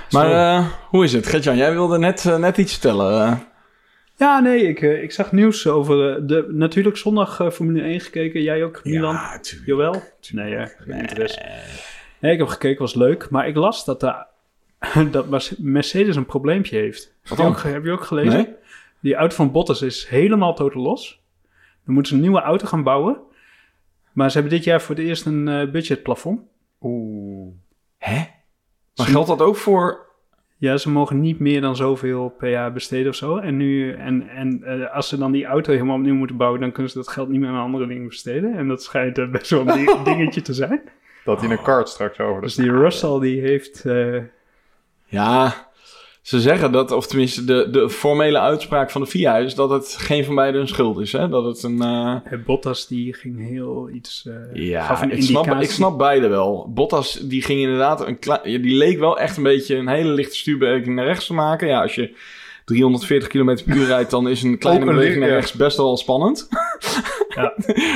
Maar hoe is het? Gert-Jan, jij wilde net iets vertellen. Ja, nee, ik zag nieuws over natuurlijk zondag Formule 1 gekeken. Jij ook, Milan? Ja, tuurlijk. Jawel? Nee, geen interesse. Nee, ik heb gekeken, was leuk. Maar ik las dat Mercedes een probleempje heeft. Heb je ook gelezen? Nee? Die auto van Bottas is helemaal totaal los. Dan moeten ze een nieuwe auto gaan bouwen. Maar ze hebben dit jaar voor het eerst een budgetplafond. Oeh. Hè? Maar geldt dat ook voor... Ja, ze mogen niet meer dan zoveel per jaar besteden of zo. En als ze dan die auto helemaal opnieuw moeten bouwen, dan kunnen ze dat geld niet meer aan andere dingen besteden. En dat schijnt best wel een dingetje te zijn. Dat hij een kart straks over. Dus die Russell die heeft... Ja, ze zeggen dat, of tenminste de formele uitspraak van de FIA is dat het geen van beiden hun schuld is. Hè? Dat het een... Bottas die ging heel iets... Ja, ik snap beide wel. Bottas die ging inderdaad die leek wel echt een beetje een hele lichte stuurbeweging naar rechts te maken. Ja, als je 340 km per uur rijdt, dan is een kleine beweging naar rechts best wel spannend. Ja.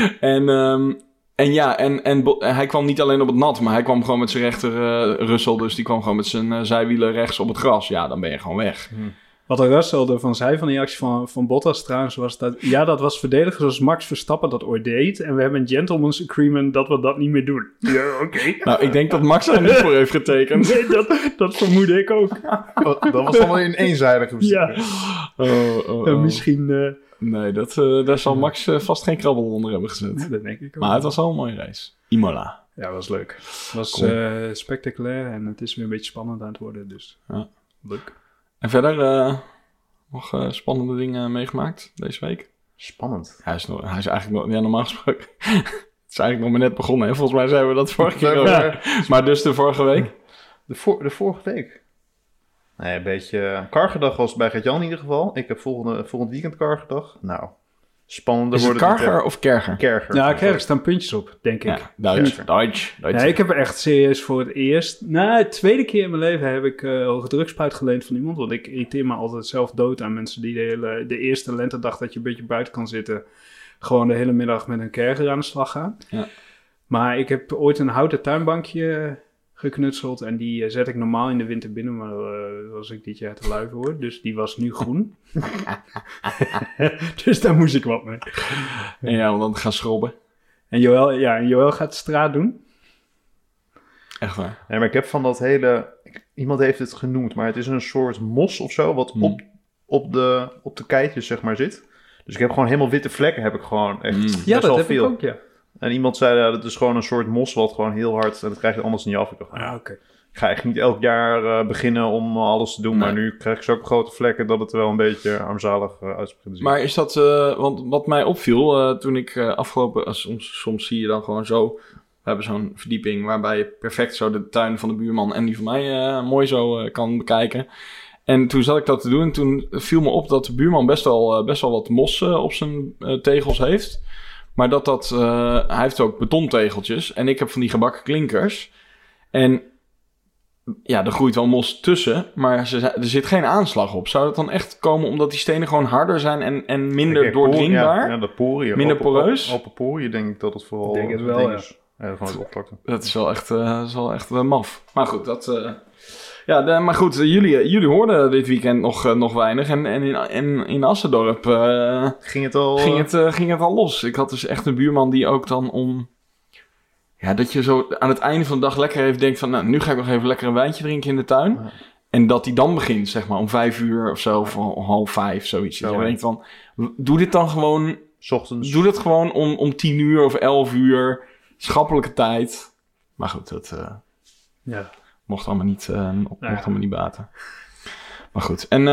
En hij kwam niet alleen op het nat, maar hij kwam gewoon met zijn rechter Russell. Dus die kwam gewoon met zijn zijwielen rechts op het gras. Ja, dan ben je gewoon weg. Wat de Russell ervan zei van die actie van Bottas trouwens was dat... Ja, dat was verdedigen zoals Max Verstappen dat ooit deed. En we hebben een gentleman's agreement dat we dat niet meer doen. Ja, oké. Nou, ik denk dat Max er niet voor heeft getekend. Nee, dat vermoed ik ook. Dat was dan wel een eenzijdige Ja. Misschien... Nee, daar zal Max vast geen krabbel onder hebben gezet. Nee, dat denk ik ook. Maar het was wel een mooie race. Imola. Ja, dat was leuk. Het was Cool. spectaculair en het is weer een beetje spannend aan het worden, dus Ja. leuk. En verder nog spannende dingen meegemaakt deze week? Spannend. Hij is eigenlijk nog... Ja, normaal gesproken... het is eigenlijk nog maar net begonnen. Hè? Volgens mij zeiden we dat vorige keer ook. Ja. Maar dus de vorige week? De vorige week. Nee, een beetje... Kargedag was bij Gert-Jan in ieder geval. Ik heb volgend weekend Kargedag. Nou, spannender Is het wordt Karger of Kerger? Kerger. Ja, er staan puntjes op, denk ik. Ja, Duits. Nee, ik heb er echt serieus voor het eerst... de tweede keer in mijn leven heb ik een drugspuit geleend van iemand. Want ik irriteer me altijd zelf dood aan mensen die de eerste lentedag dat je een beetje buiten kan zitten... gewoon de hele middag met een kerger aan de slag gaan. Ja. Maar ik heb ooit een houten tuinbankje geknutseld en die zet ik normaal in de winter binnen, maar daar was ik dit jaar te lui voor. Dus die was nu groen. Dus daar moest ik wat mee. En ja, want dan gaan schrobben. En Joël gaat de straat doen. Echt waar. Nee, maar ik heb van dat hele... Iemand heeft het genoemd, maar het is een soort mos of zo... wat op de keitjes, zeg maar, zit. Dus ik heb gewoon helemaal witte vlekken, heb ik gewoon echt best Ja, dat wel heb veel. ik ook, ja. En iemand zei, ja, dat is gewoon een soort mos wat gewoon heel hard... en dat krijg je anders niet af. Ik dacht, Oké. ik ga echt niet elk jaar beginnen om alles te doen... maar nu krijg ik zulke grote vlekken dat het wel een beetje armzalig uit begint te zien. Maar is dat... want wat mij opviel toen ik afgelopen... Soms zie je dan gewoon zo... We hebben zo'n verdieping waarbij je perfect zo de tuin van de buurman... en die van mij mooi zo kan bekijken. En toen zat ik dat te doen en toen viel me op dat de buurman best wel wat mos op zijn tegels heeft... Maar hij heeft ook betontegeltjes. En ik heb van die gebakken klinkers. En ja, er groeit wel mos tussen. Maar er zit geen aanslag op. Zou dat dan echt komen omdat die stenen gewoon harder zijn en minder doordringbaar? Ja, dat poriën. Minder poreus? Open poriën denk ik dat het vooral... Ik denk het wel, ja. Gewoon het oppervlakte. Dat is wel echt maf. Maar goed, maar goed, jullie hoorden dit weekend nog weinig. En in Assendorp ging het al los. Ik had dus echt een buurman die ook dan ja, dat je zo aan het einde van de dag lekker even denkt van... Nou, nu ga ik nog even lekker een wijntje drinken in de tuin. Ja. En dat die dan begint, zeg maar, om 5:00 of zo. Of om 4:30, zoiets. Ja, je denkt van, doe dit dan gewoon... 's ochtends. Doe dat gewoon om 10:00 of 11:00. Schappelijke tijd. Maar goed, dat... Mocht allemaal niet baten. Maar goed. En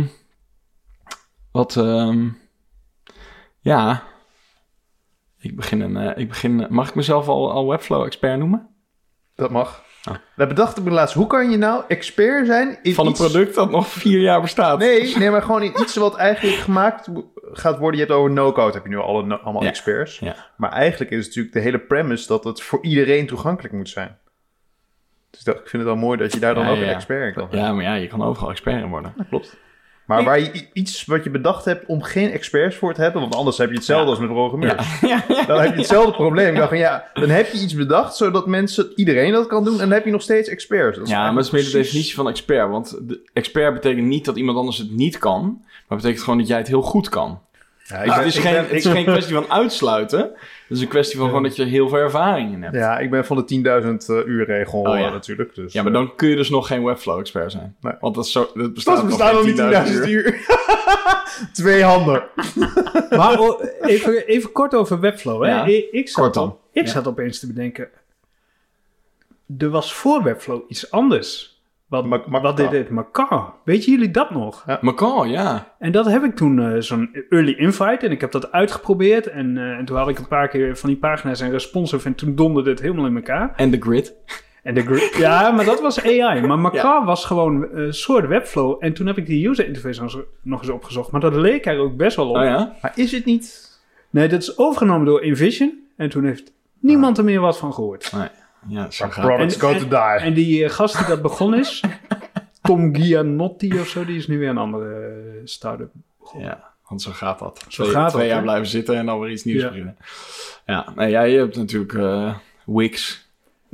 ja... Ik begin... Mag ik mezelf al Webflow-expert noemen? Dat mag. We bedachten me laatst, hoe kan je nou expert zijn in van een product dat nog 4 jaar bestaat? Nee, maar gewoon in iets wat eigenlijk gemaakt gaat worden. Je hebt over no-code, heb je nu allemaal experts. Ja. Maar eigenlijk is het natuurlijk de hele premise dat het voor iedereen toegankelijk moet zijn. Dus ik vind het wel mooi dat je daar dan ook een expert in kan zijn. Ja, maar ja, je kan overal expert in worden. Dat klopt. Maar waar je iets wat je bedacht hebt om geen experts voor te hebben... want anders heb je hetzelfde als met programmeurs. Ja. Dan heb je hetzelfde probleem. Ik dacht van, dan heb je iets bedacht zodat iedereen dat kan doen... en dan heb je nog steeds experts. Maar het is meer de definitie van expert. Want de expert betekent niet dat iemand anders het niet kan... maar het betekent gewoon dat jij het heel goed kan. Ja, het is geen kwestie van uitsluiten. Het is een kwestie van gewoon dat je heel veel ervaring in hebt. Ja, ik ben van de 10.000 uur regel natuurlijk. Dus, ja, maar dan kun je dus nog geen Webflow-expert zijn. Nee. Want dat bestaat nog niet 10.000 uur. 2 handen. Maar even kort over Webflow. Hè? Ja. Ik zat opeens te bedenken... Er was voor Webflow iets anders... Wat deed dit? Macaw. Weten jullie dat nog? Ja. Macaw, ja. En dat heb ik toen zo'n early invite. En ik heb dat uitgeprobeerd. En toen had ik een paar keer van die pagina's en responsive. En toen donderde het helemaal in elkaar. En de grid. Ja, maar dat was AI. Maar Macaw was gewoon een soort Webflow. En toen heb ik die user interface nog eens opgezocht. Maar dat leek er ook best wel op. Oh ja? Maar is het niet... Nee, dat is overgenomen door InVision. En toen heeft niemand er meer wat van gehoord. Nee. Ja, zo gaat products go to die. En die gast die dat begonnen is, Tom Gianotti of zo, die is nu weer een andere start-up begonnen. Ja, want zo gaat dat. Twee jaar blijven zitten en dan weer iets nieuws beginnen. Ja, nee, jij hebt natuurlijk Wix.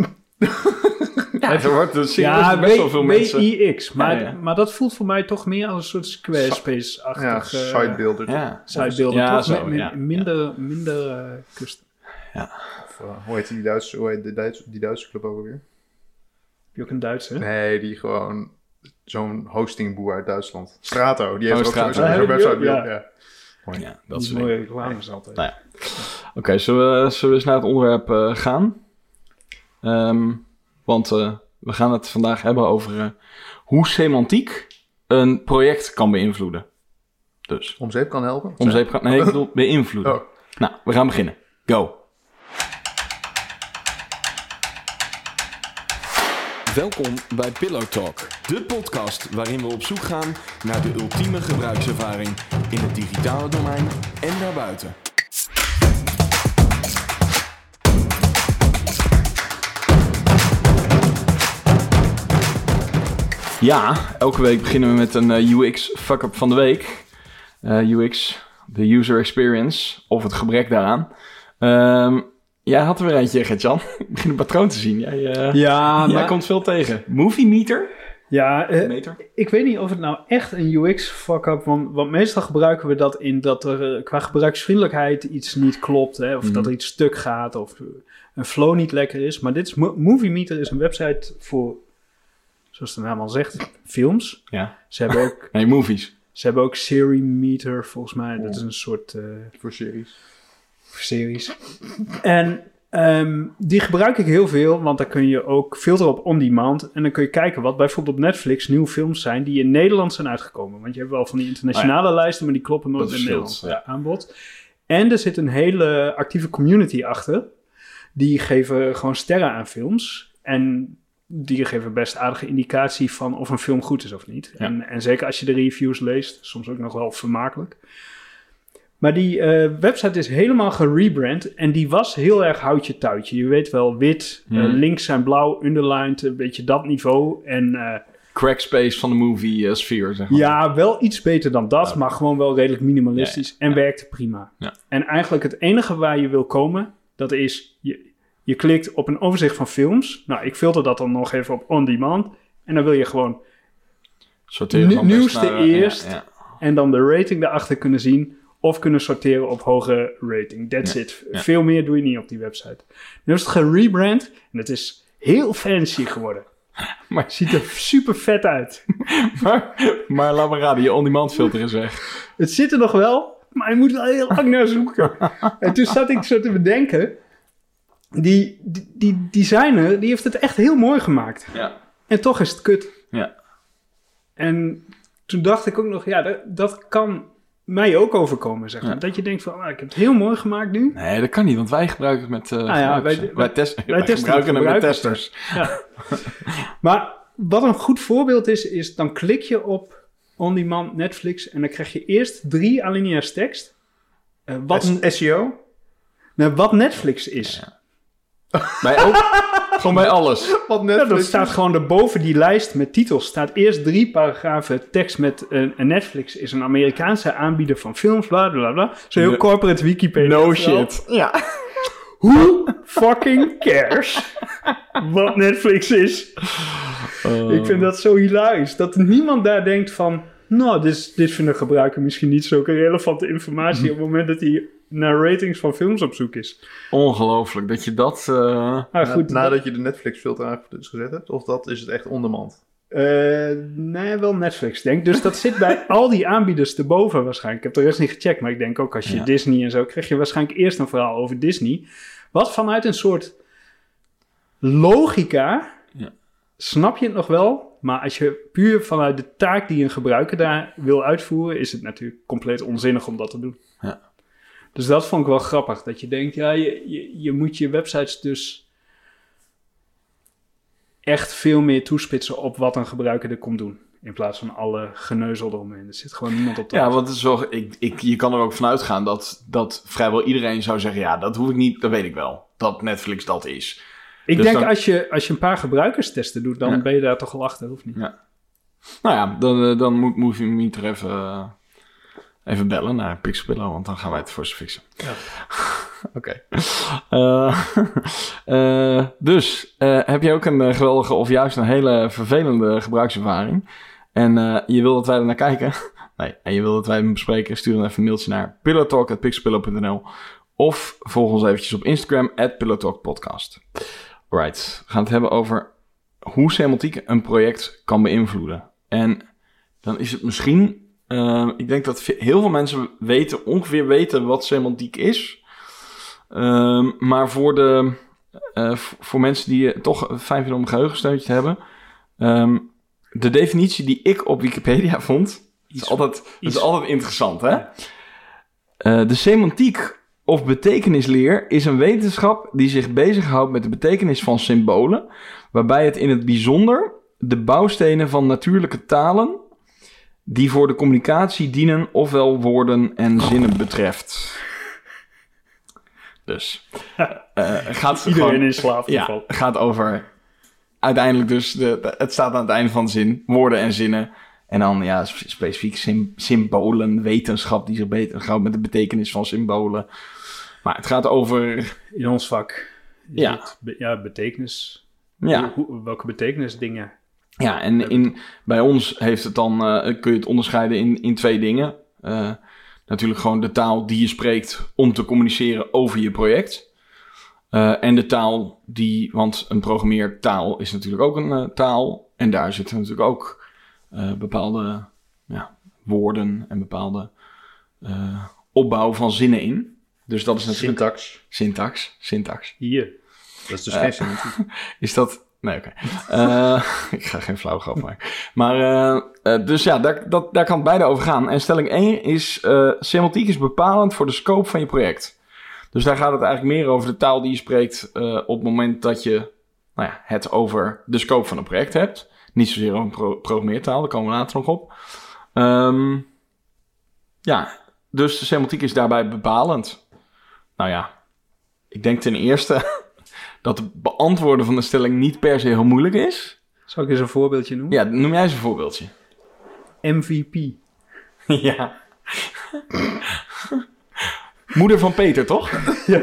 Er wordt best wel veel mensen... WIX, maar dat voelt voor mij toch meer als een soort Squarespace-achtig... Sidebuilder. Sidebuilder, ja, toch? Zo, minder custom. Ja. Hoe heet die Duitse club ook alweer? Heb je ook een Duitse? Nee, die gewoon... Zo'n hostingboer uit Duitsland. Strato, die heeft ook Strato. zo'n website. Ja, dat is mooie reclames altijd. Nou ja. Oké, zullen we eens naar het onderwerp gaan? Want we gaan het vandaag hebben over hoe semantiek een project kan beïnvloeden. Dus. Om zeep kan helpen? Nee, ik bedoel beïnvloeden. Oh. Nou, we gaan beginnen. Go. Welkom bij Pillow Talk, de podcast waarin we op zoek gaan naar de ultieme gebruikservaring in het digitale domein en daarbuiten. Ja, elke week beginnen we met een UX fuck-up van de week. UX, de user experience, of het gebrek daaraan. Jij had er weer eentje, Gert-Jan. Ik begin een patroon te zien. Jij komt veel tegen. Movie Meter? Ja, ik weet niet of het nou echt een UX fuck-up... Want meestal gebruiken we dat in dat er qua gebruiksvriendelijkheid iets niet klopt. Hè, of dat er iets stuk gaat of een flow niet lekker is. Maar dit is Movie Meter is een website voor, zoals de naam al zegt, films. Ja. Ze hebben ook... Nee, movies. Ze hebben ook Serimeter, volgens mij. Dat is een soort... voor series. Series. En die gebruik ik heel veel, want daar kun je ook filteren op on-demand. En dan kun je kijken wat bijvoorbeeld op Netflix nieuwe films zijn die in Nederland zijn uitgekomen. Want je hebt wel van die internationale lijsten, maar die kloppen nooit in Nederland aanbod. En er zit een hele actieve community achter. Die geven gewoon sterren aan films. En die geven best aardige indicatie van of een film goed is of niet. Ja. En zeker als je de reviews leest, soms ook nog wel vermakelijk. Maar die website is helemaal gerebrand en die was heel erg houtje touwtje. Je weet wel, wit, links zijn blauw, underlined, een beetje dat niveau. En crackspace van de movie sfeer, zeg maar. Ja, wel iets beter dan dat, maar gewoon wel redelijk minimalistisch en werkte prima. Ja. En eigenlijk het enige waar je wil komen, dat is, je klikt op een overzicht van films. Nou, ik filter dat dan nog even op on demand en dan wil je gewoon nieuwste eerst en dan de rating daarachter kunnen zien. Of kunnen sorteren op hoge rating. That's it. Ja. Veel meer doe je niet op die website. Nu is het gerebrand. En het is heel fancy geworden. Maar het ziet er super vet uit. maar laat maar raden, je on-demand filter is weg. Het zit er nog wel. Maar je moet wel heel lang naar zoeken. En toen zat ik zo te bedenken. Die designer, die heeft het echt heel mooi gemaakt. Ja. En toch is het kut. Ja. En toen dacht ik ook nog, dat kan mij ook overkomen, zeg maar. Ja. Dat je denkt van, ik heb het heel mooi gemaakt nu. Nee, dat kan niet, want wij gebruiken het met wij gebruiken het met testers. Ja. Maar wat een goed voorbeeld is dan klik je op on-demand Netflix en dan krijg je eerst 3 alinea's tekst. SEO? Nou, wat Netflix is. Ja. Wij ook. Gewoon bij alles. Wat Ja, Netflix dat staat gewoon erboven die lijst met titels. Staat eerst 3 paragrafen tekst met een Netflix is een Amerikaanse aanbieder van films, bla bla bla. Zo heel corporate Wikipedia. No verhaal. shit. Ja. Who fucking cares wat Netflix is? Ik vind dat zo hilarisch. Dat niemand daar denkt van... Nou, dit vindt een gebruiker misschien niet zulke relevante informatie... op het moment dat hij naar ratings van films op zoek is. Ongelooflijk dat je dat... Goed, nadat je de Netflix filter aangezet hebt? Of dat is het echt on demand? nee, wel Netflix, denk ik. Dus dat zit bij al die aanbieders erboven waarschijnlijk. Ik heb de rest niet gecheckt, maar ik denk ook als je Disney en zo... krijg je waarschijnlijk eerst een verhaal over Disney. Wat vanuit een soort logica... snap je het nog wel... Maar als je puur vanuit de taak die een gebruiker daar wil uitvoeren... is het natuurlijk compleet onzinnig om dat te doen. Ja. Dus dat vond ik wel grappig. Dat je denkt, ja, je moet je websites dus... echt veel meer toespitsen op wat een gebruiker er komt doen. In plaats van alle geneuzel eromheen. Er zit gewoon niemand op de want het is wel, je kan er ook vanuit gaan dat vrijwel iedereen zou zeggen... Ja, dat hoef ik niet, dat weet ik wel. Dat Netflix dat is. Ik Dus denk dan... als je een paar gebruikerstesten doet... dan ben je daar toch al achter, of niet? Ja. Nou ja, dan moet je me er even bellen naar Pixelpillow... want dan gaan wij het voor ze fixen. Ja. Oké. Dus, heb je ook een geweldige of juist een hele vervelende gebruikservaring... en je wil dat wij er naar kijken... nee, en je wil dat wij hem bespreken... stuur dan even een mailtje naar pillowtalk@pixelpillow.nl... of volg ons eventjes op Instagram @pillowtalkpodcast. Alright, we gaan het hebben over hoe semantiek een project kan beïnvloeden. En dan is het misschien... ik denk dat heel veel mensen ongeveer weten wat semantiek is. Maar voor mensen die het toch fijn vinden om een geheugensteuntje te hebben... de definitie die ik op Wikipedia vond... is altijd interessant, hè? Ja. De semantiek of betekenisleer is een wetenschap die zich bezighoudt met de betekenis van symbolen, waarbij het in het bijzonder de bouwstenen van natuurlijke talen die voor de communicatie dienen, ofwel woorden en zinnen betreft. Dus gaat iedereen gewoon, in slaap gevallen. Ja, gaat over uiteindelijk dus het staat aan het einde van de zin, woorden en zinnen. En dan specifiek symbolen, wetenschap die zich bezighoudt met de betekenis van symbolen. Maar het gaat over... In ons vak. Betekenis. Ja. Welke betekenis dingen? Ja, en bij ons heeft het dan, kun je het onderscheiden in 2 dingen. Natuurlijk gewoon de taal die je spreekt om te communiceren over je project. En de taal want een programmeertaal is natuurlijk ook een taal. En daar zitten natuurlijk ook bepaalde woorden en bepaalde opbouw van zinnen in. Dus dat is natuurlijk... Syntax. Hier. Dat is dus geen semantiek. Is dat... Nee, oké. Ik ga geen flauw grap maken. Maar dus ja, daar kan het beide over gaan. En stelling 1 is... semantiek is bepalend voor de scope van je project. Dus daar gaat het eigenlijk meer over de taal die je spreekt... op het moment dat je het over de scope van een project hebt. Niet zozeer over een programmeertaal. Daar komen we later nog op. Dus de semantiek is daarbij bepalend. Nou ja, ik denk ten eerste... dat het beantwoorden van de stelling niet per se heel moeilijk is. Zal ik eens een voorbeeldje noemen? Ja, noem jij eens een voorbeeldje. MVP. Ja. Moeder van Peter, toch? Ja.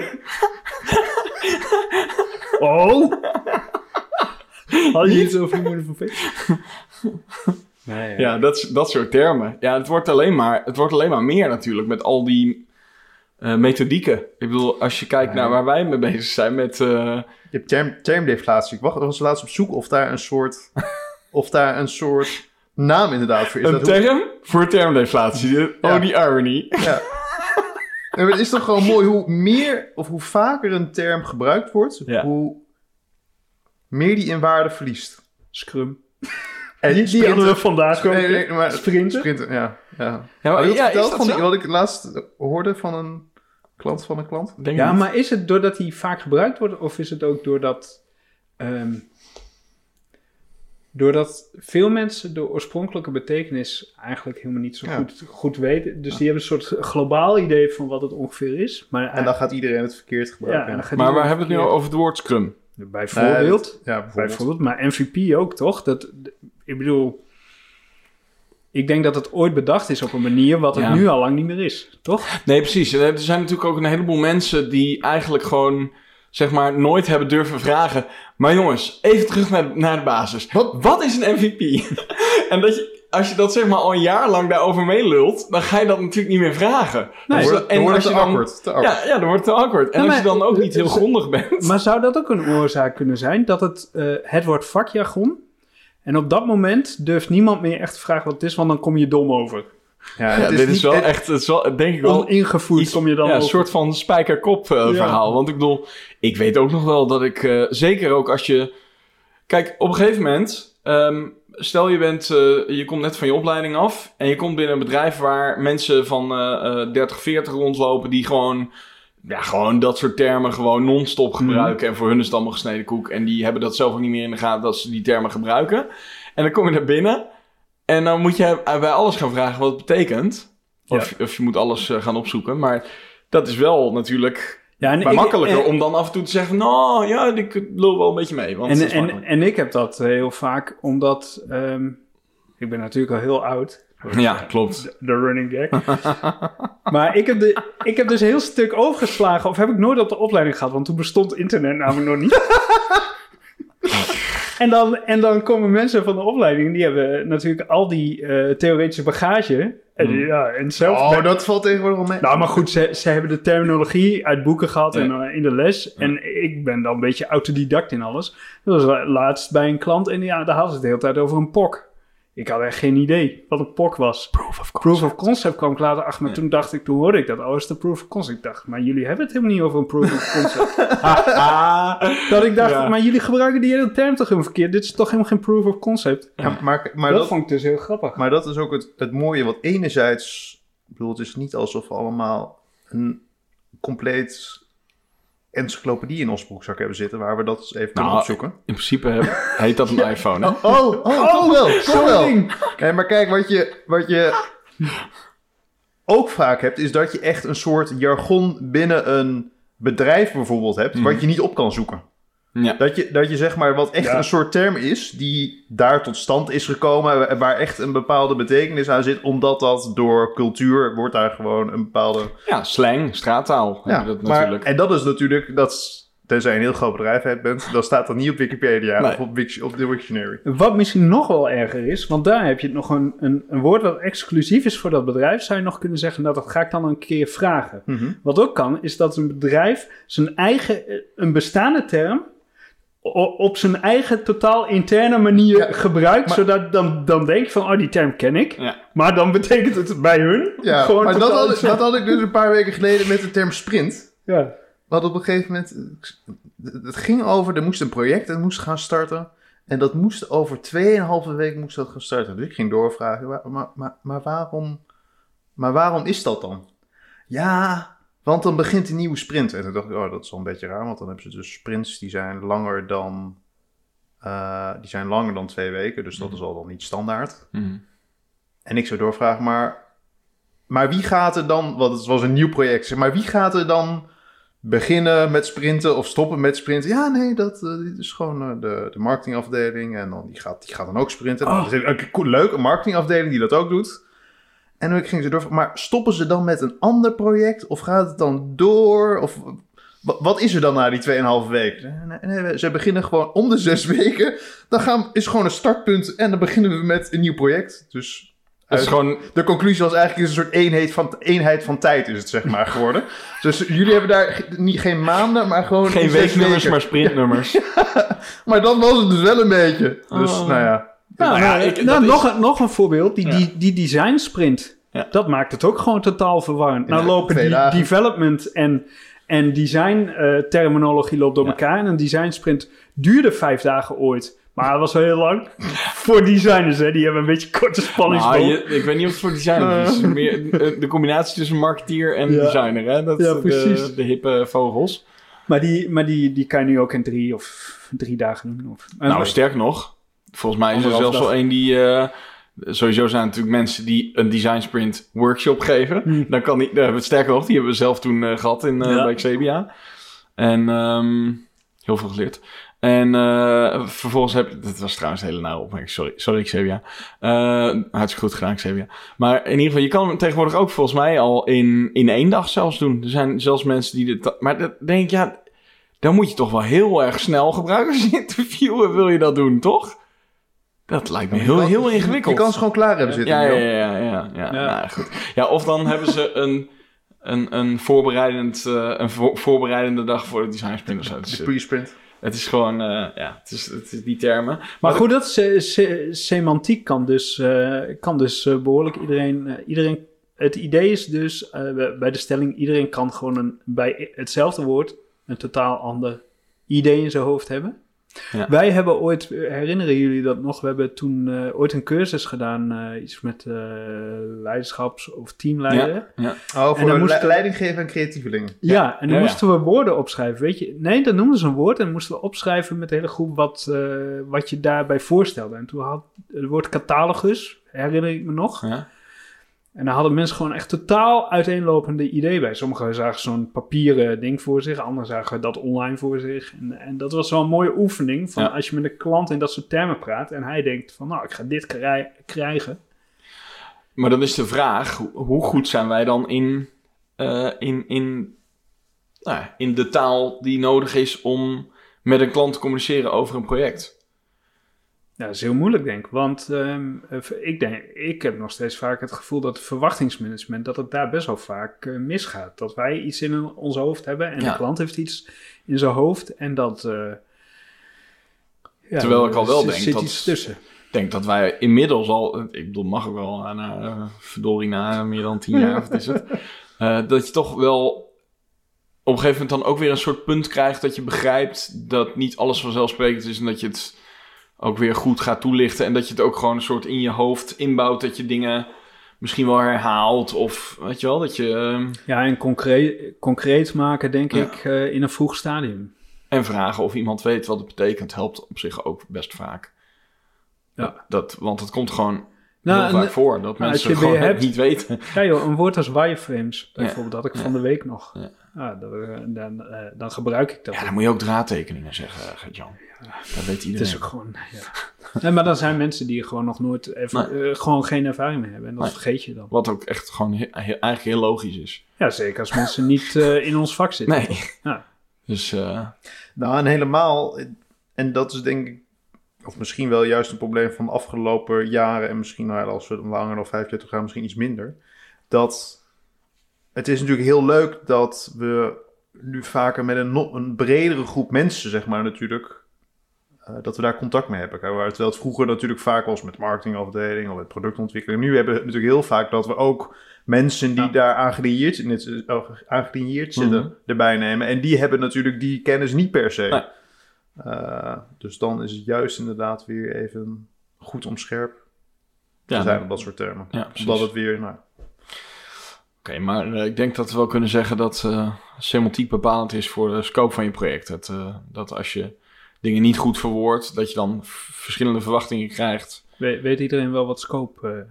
Oh! Had je iets over de moeder van Peter? Nee, ja, dat soort termen. Ja, het wordt alleen maar meer natuurlijk met al die... methodieken. Ik bedoel, als je kijkt naar waar wij mee bezig zijn met... Je hebt termdeflatie. Ik was laatst op zoek of daar een soort naam inderdaad voor is. Een term voor termdeflatie. Oh, die irony. Ja. En het is toch gewoon mooi hoe meer of hoe vaker een term gebruikt wordt, hoe meer die in waarde verliest. Scrum. En die hadden we vandaag ook. Nee, maar Sprinten. Ja. Maar wat ik laatst hoorde van een klant van een klant. Maar is het doordat die vaak gebruikt wordt, of is het ook doordat veel mensen de oorspronkelijke betekenis eigenlijk helemaal niet zo goed weten. Dus die hebben een soort globaal idee van wat het ongeveer is. En dan gaat iedereen het verkeerd gebruiken. Maar waar hebben we het nu over het woord Scrum? Bijvoorbeeld. Ja, Bijvoorbeeld. Maar MVP ook, toch? Ik bedoel... Ik denk dat het ooit bedacht is op een manier wat het nu al lang niet meer is, toch? Nee, precies. Er zijn natuurlijk ook een heleboel mensen die eigenlijk gewoon, zeg maar, nooit hebben durven vragen. Maar jongens, even terug naar de basis. Wat is een MVP? En als je dat zeg maar al een jaar lang daarover meelult, dan ga je dat natuurlijk niet meer vragen. Nee, dan wordt het te awkward. Ja, dan wordt het te awkward. En als je dan ook niet heel grondig bent. Maar zou dat ook een oorzaak kunnen zijn? Dat het wordt vakjargon. En op dat moment durft niemand meer echt te vragen wat het is, want dan kom je dom over. Ja, dit is wel echt, het is wel, denk ik wel... Oningevoerd kom je dan over. Een soort van spijkerkop verhaal. Want ik bedoel, ik weet ook nog wel dat ik, zeker ook als je... Kijk, op een gegeven moment, stel je komt net van je opleiding af en je komt binnen een bedrijf waar mensen van 30, 40 rondlopen die gewoon dat soort termen gewoon non-stop gebruiken. En voor hun is het allemaal gesneden koek. En die hebben dat zelf ook niet meer in de gaten dat ze die termen gebruiken. En dan kom je naar binnen. En dan moet je bij alles gaan vragen wat het betekent. Of je moet alles gaan opzoeken. Maar dat is wel natuurlijk makkelijker om dan af en toe te zeggen... Nou ja, ik loop wel een beetje mee. Want en ik heb dat heel vaak omdat... ik ben natuurlijk al heel oud... Ja, klopt. De running gag. Maar ik heb dus een heel stuk overgeslagen... of heb ik nooit op de opleiding gehad... want toen bestond internet namelijk nog niet. En dan komen mensen van de opleiding... die hebben natuurlijk al die theoretische bagage... En zelf dat valt tegenwoordig wel mee. Nou, maar goed, ze hebben de terminologie uit boeken gehad en in de les. Ja. En ik ben dan een beetje autodidact in alles. Dat was laatst bij een klant en daar hadden ze het de hele tijd over een POC. Ik had echt geen idee wat een POC was. Proof of concept kwam ik later achter. Maar toen hoorde ik dat. Is de proof of concept. Ik dacht, maar jullie hebben het helemaal niet over een proof of concept. Dat ik dacht, maar jullie gebruiken die hele term toch helemaal verkeerd. Dit is toch helemaal geen proof of concept. Ja, maar dat vond ik dus heel grappig. Maar dat is ook het mooie. Want enerzijds, ik bedoel, het is niet alsof we allemaal een compleet encyclopedie in ons broekzak hebben zitten, waar we dat eens even kunnen opzoeken. In principe heet dat een iPhone, hè? Toch wel. Nee, maar kijk, wat je ook vaak hebt, is dat je echt een soort jargon binnen een bedrijf bijvoorbeeld hebt, wat je niet op kan zoeken. Ja. Dat je zeg maar, wat echt een soort term is, die daar tot stand is gekomen, waar echt een bepaalde betekenis aan zit, omdat dat door cultuur wordt daar gewoon een bepaalde... Ja, slang, straattaal. Ja, dat maar, natuurlijk. En dat is natuurlijk, tenzij je een heel groot bedrijf bent, dan staat dat niet op Wikipedia of op de Wiktionary. Wat misschien nog wel erger is, want daar heb je nog een woord wat exclusief is voor dat bedrijf, zou je nog kunnen zeggen, dat ga ik dan een keer vragen. Mm-hmm. Wat ook kan, is dat een bedrijf zijn eigen, een bestaande term, op zijn eigen totaal interne manier gebruikt, zodat dan denk je van, die term ken ik. Ja. Maar dan betekent het bij hun gewoon maar dat had ik dus een paar weken geleden met de term sprint. Ja. We hadden op een gegeven moment... Het ging over, er moest een project en moest gaan starten. En dat moest over 2,5 weken moest dat gaan starten. Dus ik ging doorvragen, maar waarom is dat dan? Ja... Want dan begint een nieuwe sprint. En toen dacht ik, dat is wel een beetje raar. Want dan hebben ze dus sprints die zijn langer dan 2 weken. Dus dat is al dan niet standaard. Mm. En ik zou doorvragen, maar wie gaat er dan... Want het was een nieuw project. Zeg maar wie gaat er dan beginnen met sprinten of stoppen met sprinten? Ja, nee, dit is gewoon de marketingafdeling. En dan, die gaat dan ook sprinten. Dat is een marketingafdeling die dat ook doet. En dan gingen ze door. Maar stoppen ze dan met een ander project? Of gaat het dan door? Of wat is er dan na die 2,5 weken? Nee, ze beginnen gewoon om de 6 weken. Dan is gewoon een startpunt. En dan beginnen we met een nieuw project. Dus is gewoon... de conclusie was eigenlijk een soort eenheid van tijd is het zeg maar geworden. Dus jullie hebben daar geen maanden, maar gewoon... Geen weeknummers, maar sprintnummers. Maar dat was het dus wel een beetje. Dus nou ja... Nog een voorbeeld. Die design sprint. Ja. Dat maakt het ook gewoon totaal verwarrend. Nou lopen die development en design terminologie loopt door elkaar. En een design sprint duurde 5 dagen ooit. Maar dat was wel heel lang. Voor designers, hè. Die hebben een beetje korte spanningsboog. Ik weet niet of het voor designers is. Meer de combinatie tussen marketeer en designer, hè. Dat is precies. De hippe vogels. Maar die kan je nu ook in 3 of 3 dagen doen. Sterk nog. Volgens mij is er zelfs wel een die... sowieso zijn er natuurlijk mensen die een design sprint workshop geven. Dan kan die... sterker nog, die hebben we zelf toen gehad bij Xebia. En heel veel geleerd. En vervolgens dat was trouwens een hele nare opmerking, sorry Xavier. Hartstikke goed gedaan, Xavier. Maar in ieder geval, je kan hem tegenwoordig ook volgens mij al in 1 dag zelfs doen. Er zijn zelfs mensen die dit... Maar dat denk ik, dan moet je toch wel heel erg snel gebruikers interviewen, wil je dat doen, toch? Dat lijkt me heel ingewikkeld. Je kan ze gewoon klaar hebben zitten. Ja. Nou, goed. Ja, of dan hebben ze een voorbereidende dag voor de design sprint of zo. De pre-sprint. Het is gewoon, het is die termen. Maar goed, dat semantiek kan dus behoorlijk iedereen... Het idee is dus, bij de stelling, iedereen kan gewoon bij hetzelfde woord een totaal ander idee in zijn hoofd hebben. Ja. Wij hebben ooit, herinneren jullie dat nog? We hebben toen ooit een cursus gedaan, iets met leiderschaps- of teamleiden. Ja. Oh, voor leiding geven aan creatievelingen. Ja, en dan moesten we woorden opschrijven, weet je. Nee, dan noemden ze een woord en dan moesten we opschrijven met de hele groep wat je daarbij voorstelde. En toen had het woord catalogus, herinner ik me nog. Ja. En dan hadden mensen gewoon echt totaal uiteenlopende ideeën bij. Sommigen zagen zo'n papieren ding voor zich. Anderen zagen dat online voor zich. En dat was wel een mooie oefening. Van als je met een klant in dat soort termen praat. En hij denkt van, nou, ik ga dit krijgen. Maar dan is de vraag, hoe goed zijn wij dan in de taal die nodig is om met een klant te communiceren over een project? Ja, dat is heel moeilijk, denk ik. Want ik heb nog steeds vaak het gevoel dat het verwachtingsmanagement, dat het daar best wel vaak misgaat. Dat wij iets in ons hoofd hebben en de klant heeft iets in zijn hoofd. En dat... Terwijl ik al wel denk zit iets tussen. Ik denk dat wij inmiddels al... Ik bedoel, mag ook wel na meer dan 10 jaar, of wat is het? Dat je toch wel op een gegeven moment dan ook weer een soort punt krijgt dat je begrijpt dat niet alles vanzelfsprekend is en dat je het ook weer goed gaat toelichten. En dat je het ook gewoon een soort in je hoofd inbouwt. Dat je dingen misschien wel herhaalt. Of weet je wel, dat je... Ja, en concreet maken, denk ik, in een vroeg stadium. En vragen of iemand weet wat het betekent. Helpt op zich ook best vaak. Ja. Want het komt gewoon heel vaak voor. Dat mensen gewoon niet weten. Ja joh, een woord als wireframes. Bijvoorbeeld dat ik van de week nog. Ja. Dan gebruik ik dat. Ja, dan moet je ook draadtekeningen zeggen, Gert-Jan. Dat weet iedereen. Het is ook gewoon... Nee, maar dan zijn mensen die gewoon nog nooit gewoon geen ervaring meer hebben. En dat vergeet je dan. Wat ook echt gewoon eigenlijk heel logisch is. Ja, zeker als mensen niet in ons vak zitten. Nee. Ja. Dus... Nou, en helemaal... En dat is denk ik... Of misschien wel juist een probleem van de afgelopen jaren. En misschien als we langer dan 5 jaar gaan, misschien iets minder. Dat... Het is natuurlijk heel leuk dat we nu vaker met een bredere groep mensen, zeg maar natuurlijk... dat we daar contact mee hebben. Terwijl het vroeger natuurlijk vaak was met marketingafdeling of met productontwikkeling. Nu hebben we natuurlijk heel vaak dat we ook mensen die daar aangelieerd zitten erbij nemen. En die hebben natuurlijk die kennis niet per se. Dus dan is het juist inderdaad weer even goed om scherp te zijn op dat soort termen. Ja, omdat het weer... Oké, maar ik denk dat we wel kunnen zeggen dat semantiek bepalend is voor de scope van je project. Dat als je dingen niet goed verwoordt, dat je dan verschillende verwachtingen krijgt. Weet iedereen wel wat scope...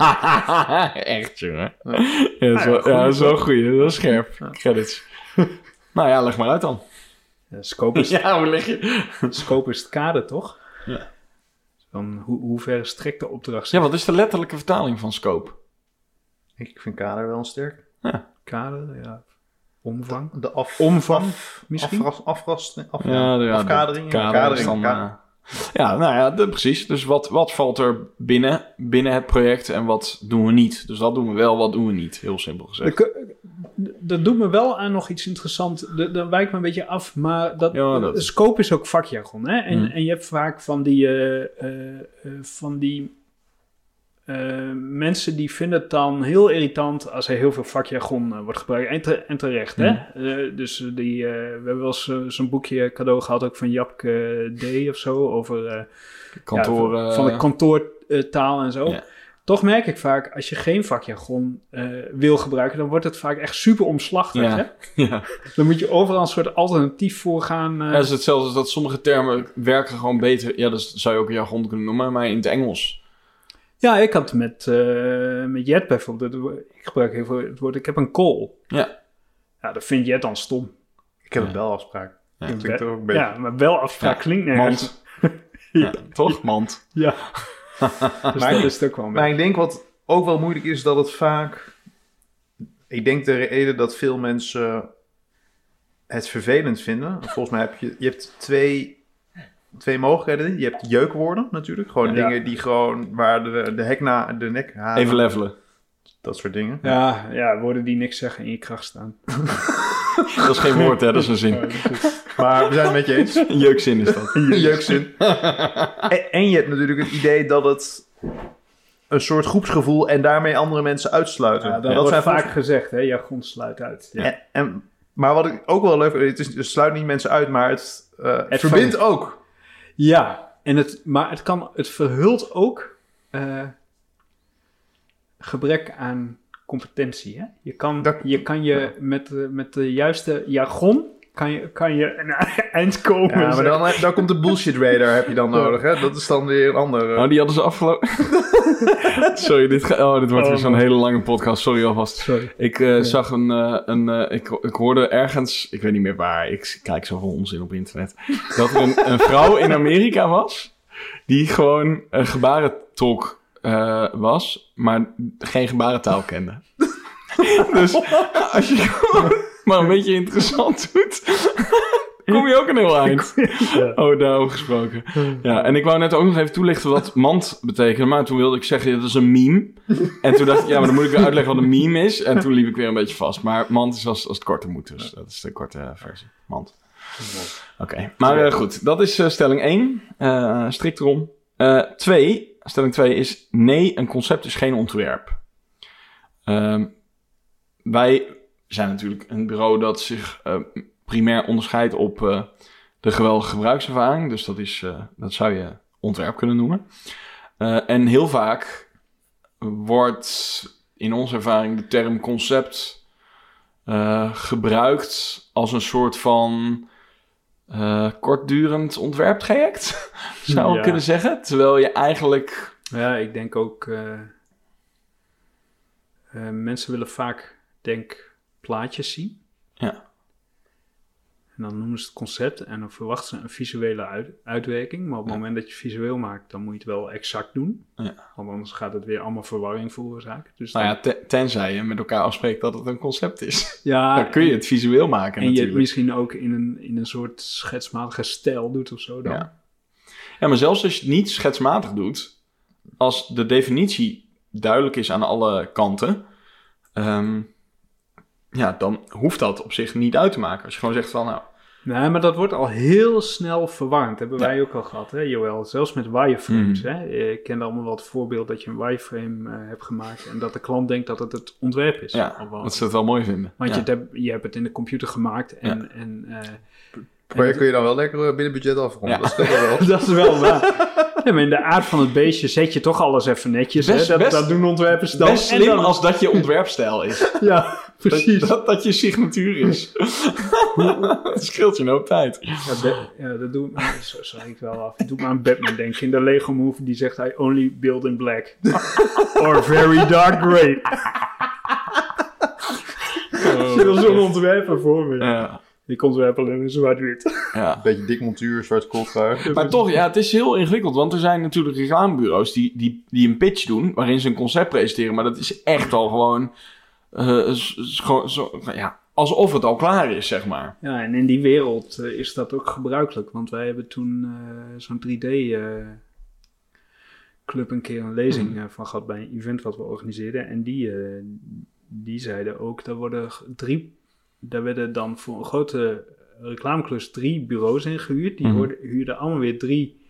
Echt, jongen. Dat is wel goed. Dat is scherp. Credits. Nou ja, leg maar uit dan. Scope is... Ja, hoe leg je? Scope is het kader, toch? Ja. Dan hoe ver strekt de opdracht? Ja, wat is de letterlijke vertaling van scope? Ik vind kader wel sterk. Ja. Kader, ja. Omvang. Omvang misschien? Afkadering. Ja, nou ja, precies. Dus wat valt er binnen het project en wat doen we niet? Dus dat doen we wel, wat doen we niet? Heel simpel gezegd. Dat doet me wel aan nog iets interessants. Dat wijkt me een beetje af, maar scope is ook vakjargon. Hè? En je hebt vaak van die mensen die vinden het dan heel irritant als er heel veel vakjargon wordt gebruikt. En terecht, hè? Dus we hebben wel eens zo'n boekje cadeau gehad, ook van Japke D. of zo, over van de kantoortaal en zo. Ja. Toch merk ik vaak, als je geen vakjargon wil gebruiken, dan wordt het vaak echt super omslachtig. Ja. Hè? Ja. Dan moet je overal een soort alternatief voor gaan. Het is hetzelfde als dat sommige termen werken gewoon beter. Ja, dat zou je ook jargon kunnen noemen, maar in het Engels. Ja, ik had met Jet bijvoorbeeld, ik gebruik heel veel het woord, ik heb een call. Ja. Ja, dat vindt Jet dan stom. Ik heb een belafspraak. Ja, klinkt ook een beetje. Ja, maar wel afspraak klinkt nergens. Ja, toch? Mand. Ja. Dus Maar dat is het ook wel een Maar ik denk wat ook wel moeilijk is, dat het vaak... Ik denk de reden dat veel mensen het vervelend vinden. Volgens mij heb je hebt twee mogelijkheden. Je hebt jeukwoorden natuurlijk. Gewoon dingen die gewoon... Waar de nek halen. Even levelen. Dat soort dingen. Ja, woorden die niks zeggen in je kracht staan. Dat is geen woord, hè? Dat is een zin. Maar we zijn het met je eens. Een jeukzin is dat. Een jeukzin. En je hebt natuurlijk het idee dat het een soort groepsgevoel en daarmee andere mensen uitsluiten. Ja, dat wordt vaak gezegd, hè? Jargon sluit uit. Ja. Maar wat ik ook wel leuk vind, het sluit niet mensen uit, maar het verbindt ook. Ja, maar het verhult ook gebrek aan competentie. Hè? Je kan je met de juiste jargon kan je een eind komen. Ja, maar dan komt de bullshit radar heb je dan nodig. Hè? Dat is dan weer een andere... Oh, die hadden ze afgelopen... Sorry, dit wordt weer zo'n hele lange podcast. Sorry alvast. Sorry. Ik zag ik hoorde ergens... Ik weet niet meer waar. Ik kijk zoveel onzin op internet. Dat er een vrouw in Amerika was... die gewoon een gebarentolk was... maar geen gebarentaal kende. Dus als je maar een beetje interessant doet... kom je ook een heel eind. Ja. Oh, daarover gesproken. Ja, en ik wou net ook nog even toelichten wat mand betekent. Maar toen wilde ik zeggen, dat is een meme. En toen dacht ik, ja, maar dan moet ik weer uitleggen wat een meme is. En toen liep ik weer een beetje vast. Maar mand is als het korter moet. Dus dat is de korte versie. Mand. Oké. Maar goed, dat is stelling 1. Strikt erom. Stelling 2 is... Nee, een concept is geen ontwerp. Wij zijn natuurlijk een bureau dat zich... primair onderscheidt op de geweldige gebruikservaring. Dus dat zou je ontwerp kunnen noemen. En heel vaak wordt in onze ervaring de term concept gebruikt als een soort van kortdurend ontwerptraject. Zou ik kunnen zeggen. Terwijl je eigenlijk... Ja, ik denk ook... mensen willen vaak, plaatjes zien. Ja. En dan noemen ze het concept en dan verwachten ze een visuele uitwerking. Maar op het moment dat je visueel maakt, dan moet je het wel exact doen. Ja. Want anders gaat het weer allemaal verwarring veroorzaken. Dus tenzij je met elkaar afspreekt dat het een concept is. Ja, dan kun je het visueel maken en natuurlijk. je het misschien ook in een soort schetsmatige stijl doet of zo dan. Ja, maar zelfs als je het niet schetsmatig doet, als de definitie duidelijk is aan alle kanten... dan hoeft dat op zich niet uit te maken. Als je gewoon zegt van, nou... Nee, maar dat wordt al heel snel verwarrend. Hebben wij ook al gehad, hè, Joël? Zelfs met wireframes. Hè? Ik ken allemaal wel het voorbeeld dat je een wireframe hebt gemaakt... en dat de klant denkt dat het ontwerp is. Ja, dat ze het wel mooi vinden. Want je hebt het in de computer gemaakt project kun je dan wel lekker binnen budget afronden. Ja. Dat is wel. Dat is wel waar. Ja, maar in de aard van het beestje zet je toch alles even netjes. Dat doen ontwerpers dan. Best slim als dat je ontwerpstijl is. Ja, precies. Dat je signatuur is. Dat scheelt je een hoop tijd. Dat doe ik... Zo zeg ik wel af. Doe maar aan Batman denken. In de Lego Movie die zegt... I only build in black. Or very dark grey. Je wil zo'n ontwerper voor me. Ja. Die ontwerpen alleen in zwart-wit. Ja. Een beetje dik montuur, zwart kooltrui. Maar toch, het is heel ingewikkeld. Want er zijn natuurlijk reclamebureaus die een pitch doen... waarin ze een concept presenteren. Maar dat is echt al gewoon... alsof het al klaar is, zeg maar. Ja, en in die wereld is dat ook gebruikelijk. Want wij hebben toen zo'n 3D-club een keer een lezing van gehad... bij een event wat we organiseerden. En die zeiden ook... Daar werden dan voor een grote reclameklus 3 bureaus ingehuurd. Die huurden allemaal weer 3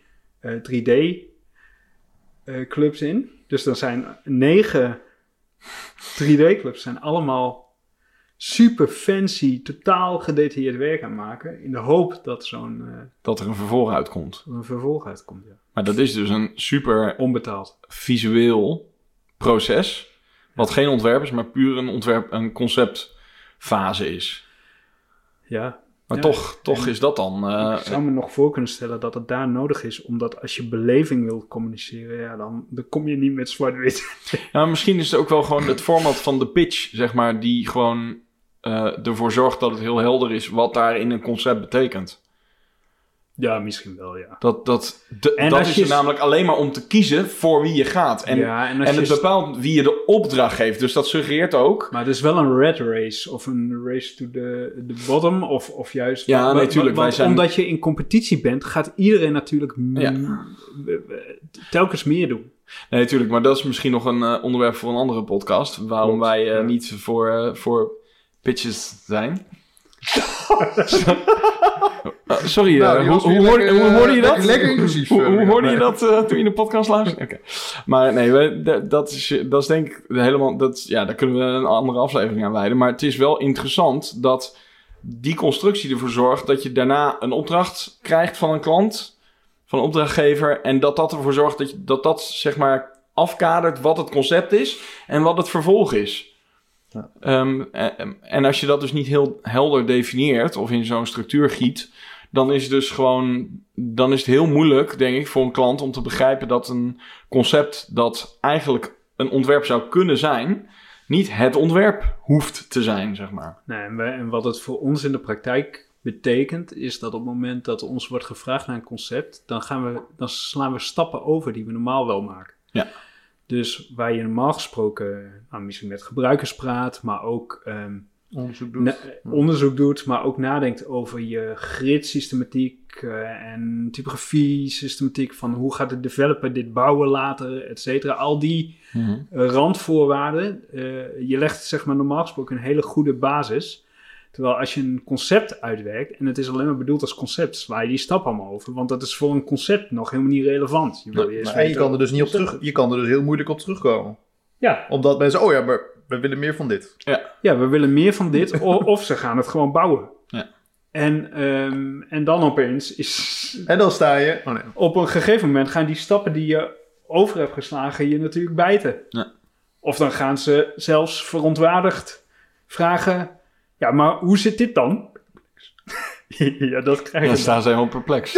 3D-clubs in. Dus dan zijn 9 3D-clubs. Zijn allemaal super fancy, totaal gedetailleerd werk aan maken. In de hoop dat dat er een vervolg uitkomt. Ja. Maar dat is dus een super... onbetaald. Visueel proces. Wat geen ontwerp is, maar puur een conceptfase is. Ja. Maar toch is dat dan... ik zou me nog voor kunnen stellen dat het daar nodig is. Omdat als je beleving wil communiceren... dan kom je niet met zwart-wit. Ja, misschien is het ook wel gewoon het format van de pitch... zeg maar, die gewoon ervoor zorgt dat het heel helder is wat daar in een concept betekent. Ja, misschien wel, ja. Dat is namelijk alleen maar om te kiezen voor wie je gaat. En het bepaalt wie je de opdracht geeft. Dus dat suggereert ook... Maar het is wel een red race of een race to the bottom of juist... Ja, natuurlijk. Omdat je in competitie bent, gaat iedereen natuurlijk telkens meer doen. Nee, natuurlijk. Maar dat is misschien nog een onderwerp voor een andere podcast. Waarom wij niet voor pitches zijn. Sorry, hoe hoorde je dat? Lekker inclusief. Hoe hoorde je dat toen je de podcast luisterde? Okay. Maar nee, dat is denk ik helemaal... daar kunnen we een andere aflevering aan wijden. Maar het is wel interessant dat die constructie ervoor zorgt... dat je daarna een opdracht krijgt van een klant, van een opdrachtgever... en dat ervoor zorgt dat zeg maar afkadert wat het concept is... en wat het vervolg is. Ja. En als je dat dus niet heel helder definieert of in zo'n structuur giet, dan is het heel moeilijk, denk ik, voor een klant om te begrijpen dat een concept dat eigenlijk een ontwerp zou kunnen zijn, niet het ontwerp hoeft te zijn, zeg maar. Nee, en wat het voor ons in de praktijk betekent, is dat op het moment dat ons wordt gevraagd naar een concept, dan slaan we stappen over die we normaal wel maken. Ja. Dus waar je normaal gesproken misschien met gebruikers praat, maar ook onderzoek doet, maar ook nadenkt over je gridsystematiek en typografie-systematiek van hoe gaat de developer dit bouwen later, et cetera. Al die randvoorwaarden, je legt zeg maar normaal gesproken een hele goede basis. Terwijl als je een concept uitwerkt en het is alleen maar bedoeld als concept, sla je die stap allemaal over. Want dat is voor een concept nog helemaal niet relevant. Je kan er dus niet op terug. Je kan er dus heel moeilijk op terugkomen. Ja. Omdat mensen, maar we willen meer van dit. Ja, we willen meer van dit. Of ze gaan het gewoon bouwen. Ja. En dan opeens is... En dan sta je... Op een gegeven moment gaan die stappen die je over hebt geslagen je natuurlijk bijten. Ja. Of dan gaan ze zelfs verontwaardigd vragen... Ja, maar hoe zit dit dan? Ja, dat krijg je. Dan staan ze helemaal perplex.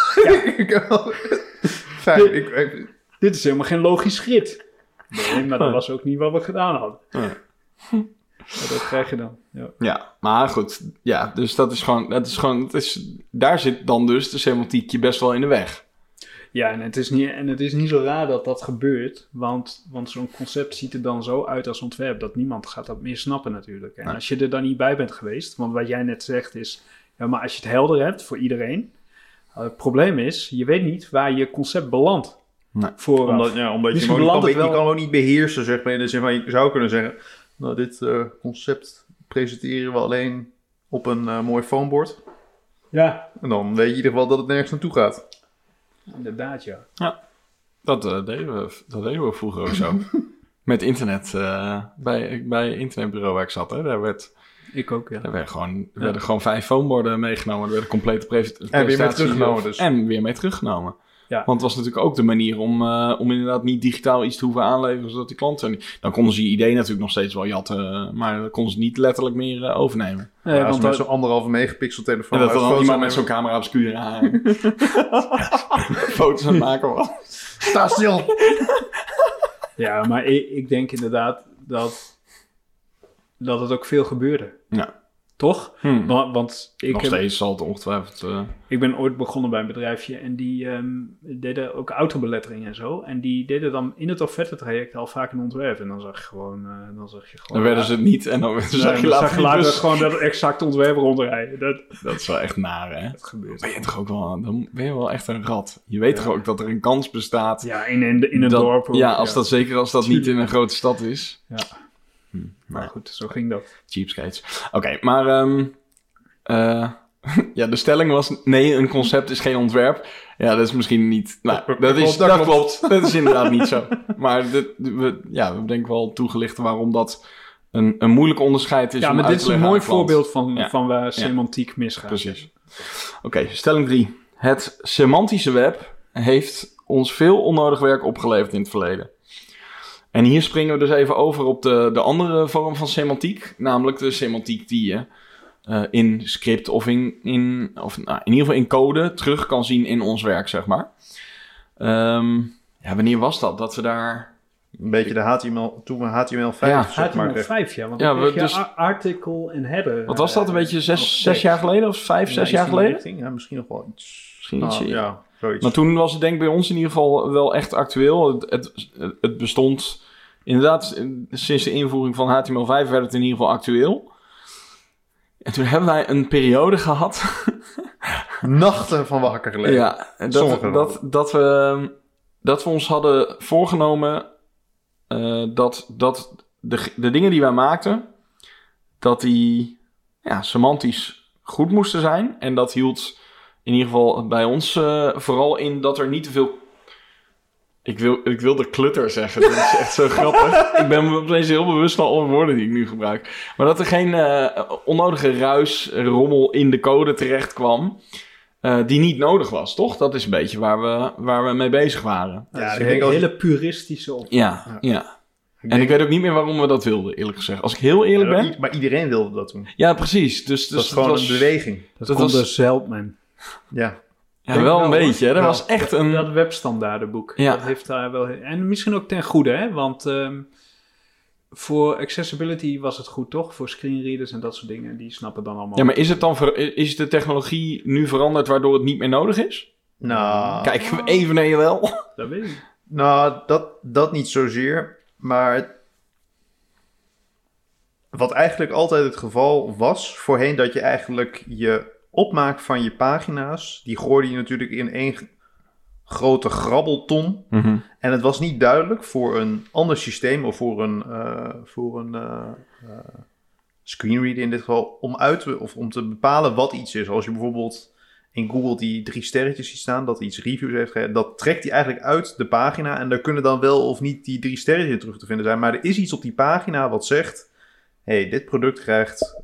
Dit is helemaal geen logisch grid. Nee, maar dat was ook niet wat we gedaan hadden. Ja. Ja, dat krijg je dan. Ja, maar goed. Ja, dus daar zit dan dus de semantiek je best wel in de weg. Ja, en het is niet zo raar dat dat gebeurt, want zo'n concept ziet er dan zo uit als ontwerp dat niemand gaat dat meer snappen natuurlijk. En als je er dan niet bij bent geweest, want wat jij net zegt is, ja, maar als je het helder hebt voor iedereen, het probleem is, je weet niet waar je concept belandt. Nee. Omdat je kan ook niet beheersen, zeg maar. In de zin van, je zou kunnen zeggen, nou, dit concept presenteren we alleen op een mooi foambord. Ja. En dan weet je in ieder geval dat het nergens naartoe gaat. Inderdaad, ja. Ja, dat deden we vroeger ook zo. Met internet. Bij internetbureau waar ik zat, hè, daar werd... Ik ook, ja. Er werden gewoon 5 foamborden meegenomen. Er werden complete presentaties... En weer mee teruggenomen dus. En weer mee teruggenomen. Ja. Want het was natuurlijk ook de manier om inderdaad niet digitaal iets te hoeven aanleveren, zodat die klanten... Dan konden ze je idee natuurlijk nog steeds wel jatten, maar dan konden ze niet letterlijk meer overnemen. Ja, want met zo'n 1,5 megapixel telefoon... En dat dan iemand met zo'n camera obscura foto's aan het maken was. Sta stil! Ja, maar ik denk inderdaad dat het ook veel gebeurde. Ja. Toch? Want nog steeds zal het ongetwijfeld... Ik ben ooit begonnen bij een bedrijfje en die deden ook autobelettering en zo. En die deden dan in het offerte-traject al vaak een ontwerp. En dan zag je gewoon... Dan werden ze het niet en dan zag je later gewoon dat exacte ontwerp rondrijden. Dat is wel echt naar, hè? Dat gebeurt. Dan ben je wel echt een rat. Je weet toch ook dat er een kans bestaat... Ja, in een dorp. Ja, zeker als dat niet in een grote stad is. Ja. Maar goed, zo ging dat. Cheapskates. Oké, maar ja, de stelling was... Nee, een concept is geen ontwerp. Ja, dat is misschien niet... Nou, dat klopt. Dat is inderdaad niet zo. Maar we denk wel toegelicht waarom dat een moeilijk onderscheid is. Ja, maar dit is een mooi voorbeeld van waar semantiek misgaat. Precies. Oké, stelling 3. Het semantische web heeft ons veel onnodig werk opgeleverd in het verleden. En hier springen we dus even over op de andere vorm van semantiek. Namelijk de semantiek die je in script of in ieder geval in code terug kan zien in ons werk, zeg maar. Wanneer was dat? Dat we daar Een beetje de HTML, toen we HTML5 Ja. zeg maar HTML5, ja. Want Ja, dan kreeg je dus- article en header. Wat was dat? Een beetje zes jaar geleden? Of 6 jaar geleden? Ja, misschien nog wel iets. Misschien iets, ja, zoiets. Maar toen was het denk ik bij ons in ieder geval wel echt actueel. Het bestond inderdaad, sinds de invoering van HTML5 werd het in ieder geval actueel. En toen hebben wij een periode gehad. Nachten van wakker gelegen. Ja, Sommigen dat we ons hadden voorgenomen dat de dingen die wij maakten, dat die semantisch goed moesten zijn. En dat hield in ieder geval bij ons vooral in dat er niet te veel... Ik wilde klutter zeggen, dat is echt zo grappig. Ik ben me opeens heel bewust van alle woorden die ik nu gebruik. Maar dat er geen onnodige ruis, rommel in de code terecht kwam, die niet nodig was, toch? Dat is een beetje waar we mee bezig waren. Ja, een ik denk als- hele puristische op. Ja. En ik weet ook niet meer waarom we dat wilden, eerlijk gezegd. Als ik heel eerlijk ben... Maar iedereen wilde dat doen. Ja, precies. Dus Dat is gewoon een beweging. Dat dat komt was- door Zeltman. Ja. Ja, wel een wel, beetje. Hè? Dat Wel. was echt een... Dat webstandaardenboek. Ja. Dat heeft daar wel... En misschien ook ten goede, hè? Want voor accessibility was het goed, toch? Voor screenreaders en dat soort dingen. Die snappen dan allemaal... Ja, maar is het dan is de technologie nu veranderd waardoor het niet meer nodig is? Nou, Kijken we even naar je wel. Dat weet ik. nou dat niet zozeer. Maar wat eigenlijk altijd het geval was, voorheen dat je eigenlijk je opmaak van je pagina's, die gooide je natuurlijk in één grote grabbelton. En het was niet duidelijk voor een ander systeem of voor een screenreader in dit geval, om te bepalen wat iets is. Als je bijvoorbeeld in Google die 3 sterretjes ziet staan, dat hij iets reviews heeft gegeven, dat trekt hij eigenlijk uit de pagina en daar kunnen dan wel of niet die 3 sterretjes terug te vinden zijn. Maar er is iets op die pagina wat zegt, hey, dit product krijgt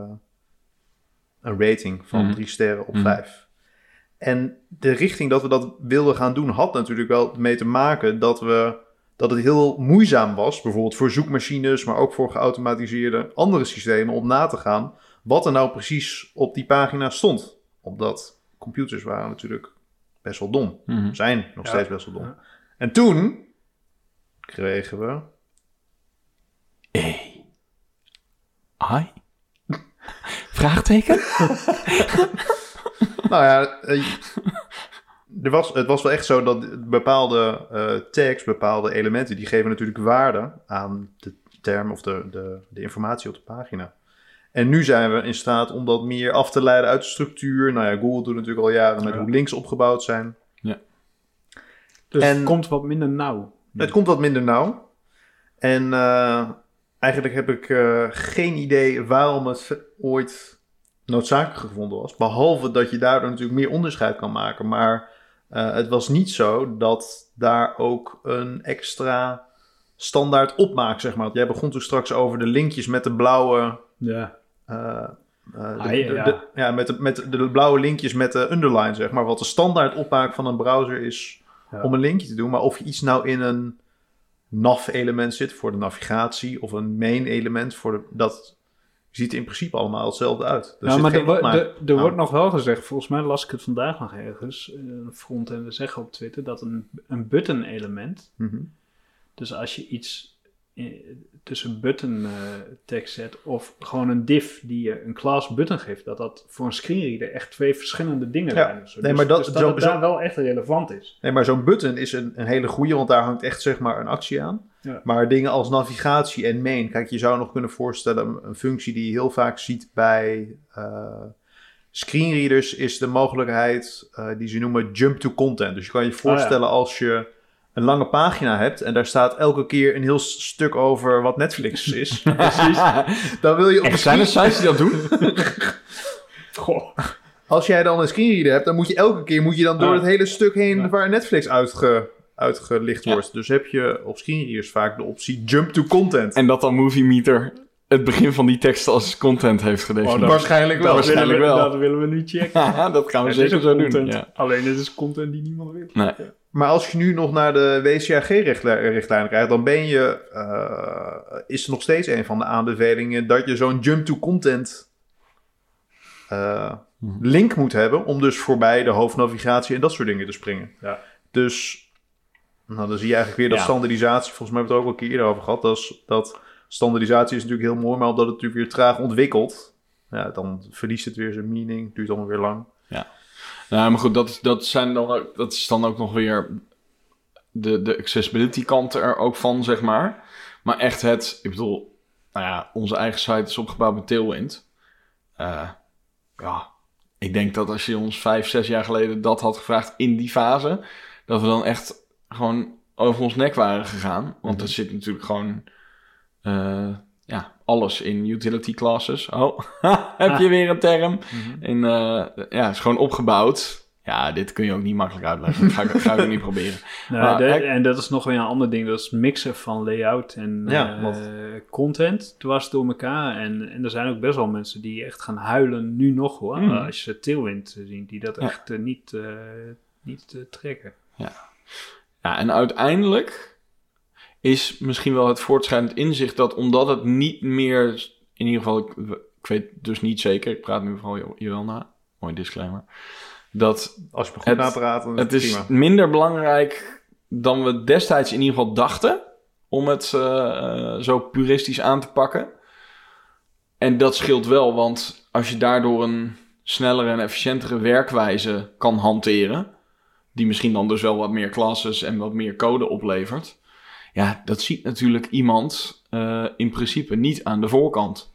een rating van 3 sterren op 5. En de richting dat we dat wilden gaan doen had natuurlijk wel mee te maken dat het heel moeizaam was, bijvoorbeeld voor zoekmachines, maar ook voor geautomatiseerde andere systemen, om na te gaan wat er nou precies op die pagina stond. Omdat computers waren natuurlijk best wel dom. Zijn nog steeds best wel dom. Ja. En toen kregen we... Hi? Vraagteken? Nou ja, het was wel echt zo dat bepaalde tags, bepaalde elementen, die geven natuurlijk waarde aan de term of de informatie op de pagina. En nu zijn we in staat om dat meer af te leiden uit de structuur. Nou ja, Google doet natuurlijk al jaren met hoe links opgebouwd zijn. Dus En- het komt wat minder nauw. Het komt wat minder nauw. En eigenlijk heb ik geen idee waarom het ooit noodzakelijk gevonden was. Behalve dat je daardoor natuurlijk meer onderscheid kan maken. Maar het was niet zo dat daar ook een extra standaard opmaak, zeg maar. Jij begon toen straks over de linkjes met de blauwe... Ja. met de blauwe linkjes met de underline, zeg maar. Wat de standaard opmaak van een browser is om een linkje te doen. Maar of je iets nou in een nav-element zit voor de navigatie of een main-element voor dat ziet in principe allemaal hetzelfde uit. Ja, maar er wordt nog wel gezegd, volgens mij las ik het vandaag nog ergens, frontenden zeggen op Twitter, dat een button-element, dus als je iets tussen button tekst zet of gewoon een div die je een class button geeft, dat voor een screenreader echt 2 verschillende dingen zijn. Of zo. Nee, dus, maar dus dat het daar wel echt relevant is. Nee, maar zo'n button is een hele goede, want daar hangt echt zeg maar een actie aan. Ja. Maar dingen als navigatie en main, kijk, je zou nog kunnen voorstellen, een functie die je heel vaak ziet bij screenreaders is de mogelijkheid die ze noemen jump to content. Dus je kan je voorstellen als je een lange pagina hebt en daar staat elke keer een heel stuk over wat Netflix is. Precies. Dan wil je op Echt, zijn er sites die dat doen? Goh. Als jij dan een screenreader hebt, dan moet je elke keer door het hele stuk heen waar Netflix uitgelicht wordt. Dus heb je op screenreaders vaak de optie jump to content. En dat dan Movie Meter het begin van die tekst als content heeft gedefinieerd. Waarschijnlijk wel. Waarschijnlijk wel. Dat willen we nu checken. Dat gaan we Het is zeker ook zo doen. content. Ja. Alleen het is content die niemand wil. Nee. Maar als je nu nog naar de WCAG-richtlijnen krijgt, dan is er nog steeds een van de aanbevelingen dat je zo'n jump to content link moet hebben om dus voorbij de hoofdnavigatie en dat soort dingen te springen. Ja. Dus Nou, dan zie je eigenlijk weer dat standaardisatie, volgens mij hebben we het ook wel een keer eerder over gehad, dat standaardisatie is natuurlijk heel mooi, maar omdat het natuurlijk weer traag ontwikkelt, ja, dan verliest het weer zijn meaning, duurt allemaal weer lang. Ja, nou, maar goed, dat is dan ook nog weer de accessibility kant er ook van, zeg maar. Maar echt ik bedoel, nou ja, onze eigen site is opgebouwd met Tailwind. Ja, ik denk dat als je ons 5-6 jaar geleden dat had gevraagd in die fase, dat we dan echt gewoon over ons nek waren gegaan. Want er zit natuurlijk gewoon alles in utility classes. Oh, heb je weer een term? Het is gewoon opgebouwd. Ja, dit kun je ook niet makkelijk uitleggen. Dat ga ik ook niet proberen. En dat is nog weer een ander ding. Dat is mixen van layout en content dwars door elkaar. En er zijn ook best wel mensen die echt gaan huilen nu nog, hoor. Als je Tailwind ziet, die dat echt niet trekken. Ja, en uiteindelijk is misschien wel het voortschrijdend inzicht dat omdat het niet meer, in ieder geval, ik weet dus niet zeker, ik praat nu vooral je wel na, mooi disclaimer, dat als je me goed napraat, dan het is minder belangrijk dan we destijds in ieder geval dachten om het zo puristisch aan te pakken. En dat scheelt wel, want als je daardoor een snellere en efficiëntere werkwijze kan hanteren, die misschien dan dus wel wat meer classes en wat meer code oplevert, ja, dat ziet natuurlijk iemand in principe niet aan de voorkant.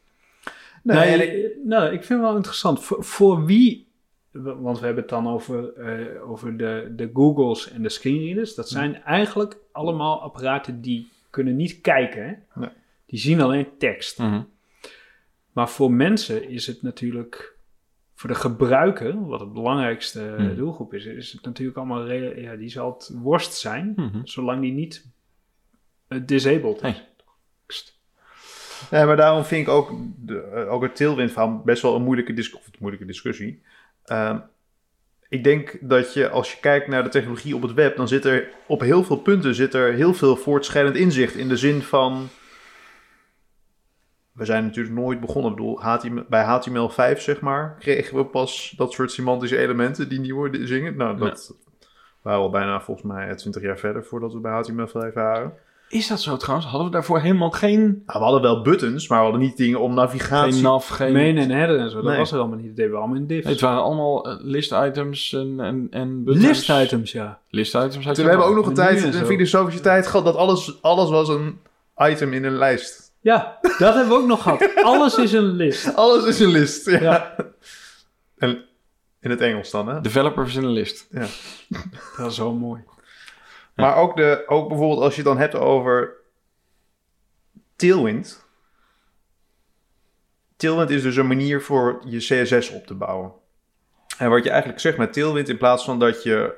Ik vind het wel interessant. Voor wie, want we hebben het dan over de Googles en de screenreaders. Dat zijn eigenlijk allemaal apparaten die kunnen niet kijken. Hè? Nee. Die zien alleen tekst. Mm-hmm. Maar voor mensen is het natuurlijk, voor de gebruiker, wat het belangrijkste doelgroep is het natuurlijk allemaal, die zal het worst zijn, zolang die niet disabled is. Ja, maar daarom vind ik ook het Tailwind-verhaal best wel een moeilijke discussie. Ik denk dat als je kijkt naar de technologie op het web, dan zit er op heel veel punten heel veel voortschrijdend inzicht. In de zin van, we zijn natuurlijk nooit begonnen. Ik bedoel, bij HTML5, zeg maar, kregen we pas dat soort semantische elementen, die nieuwe zingen. Nou, dat waren al bijna volgens mij 20 jaar verder voordat we bij HTML5 waren. Is dat zo trouwens? Hadden we daarvoor helemaal geen... Nou, we hadden wel buttons, maar we hadden niet dingen om navigatie... Geen nav, geen... Main en header en zo. Dat was er allemaal niet. Dat deden we allemaal in divs. Het waren allemaal list-items en buttons. List-items, ja. List-items. We hebben ook nog een filosofische tijd gehad dat alles was een item in een lijst. Ja, dat hebben we ook nog gehad. Alles is een list. Alles is een list, ja. En in het Engels dan, hè? Developers in een list. Ja. Dat is zo mooi. Maar ook bijvoorbeeld als je het dan hebt over Tailwind. Tailwind is dus een manier voor je CSS op te bouwen. En wat je eigenlijk zegt met Tailwind, in plaats van dat je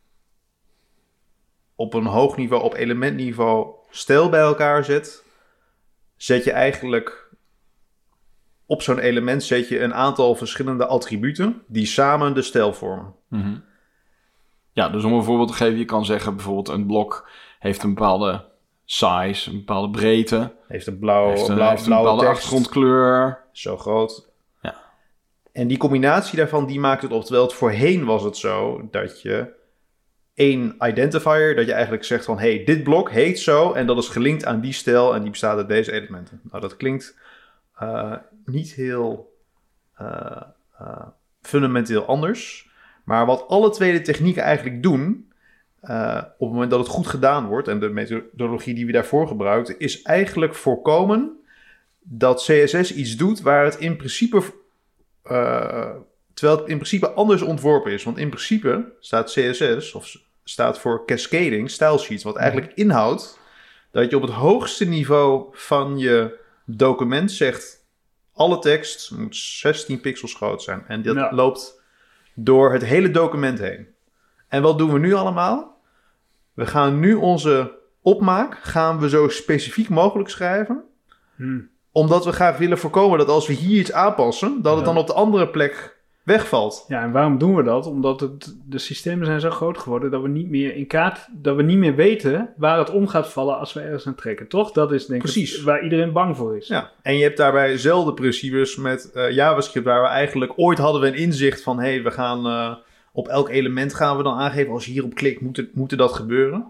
op een hoog niveau, op elementniveau, stijl bij elkaar zet je eigenlijk op zo'n element een aantal verschillende attributen die samen de stijl vormen. Mm-hmm. Ja, dus om een voorbeeld te geven, je kan zeggen bijvoorbeeld een blok heeft een bepaalde size, een bepaalde breedte. Heeft een blauwe bepaalde tekst, achtergrondkleur. Zo groot. Ja. En die combinatie daarvan, die maakt het op. Terwijl het voorheen was het zo dat je één identifier, dat je eigenlijk zegt van, hey, dit blok heet zo en dat is gelinkt aan die stijl en die bestaat uit deze elementen. Nou, dat klinkt niet heel fundamenteel anders. Maar wat alle twee de technieken eigenlijk doen, op het moment dat het goed gedaan wordt, en de methodologie die we daarvoor gebruikten, is eigenlijk voorkomen dat CSS iets doet waar het in principe, terwijl het in principe anders ontworpen is. Want in principe staat CSS, of staat voor Cascading Style Sheets, wat eigenlijk inhoudt dat je op het hoogste niveau van je document zegt, alle tekst moet 16 pixels groot zijn. En dat loopt door het hele document heen. En wat doen we nu allemaal? We gaan nu onze opmaak zo specifiek mogelijk schrijven. Omdat we graag willen voorkomen dat als we hier iets aanpassen, dat het dan op de andere plek wegvalt. Ja, en waarom doen we dat? Omdat de systemen zijn zo groot geworden dat we niet meer weten waar het om gaat vallen als we ergens aan trekken. Toch? Dat is denk ik waar iedereen bang voor is. Ja, en je hebt daarbij zelfde principes met JavaScript, waar we eigenlijk ooit hadden we een inzicht van, we gaan op elk element gaan we dan aangeven, als je hierop klikt, moet dat gebeuren.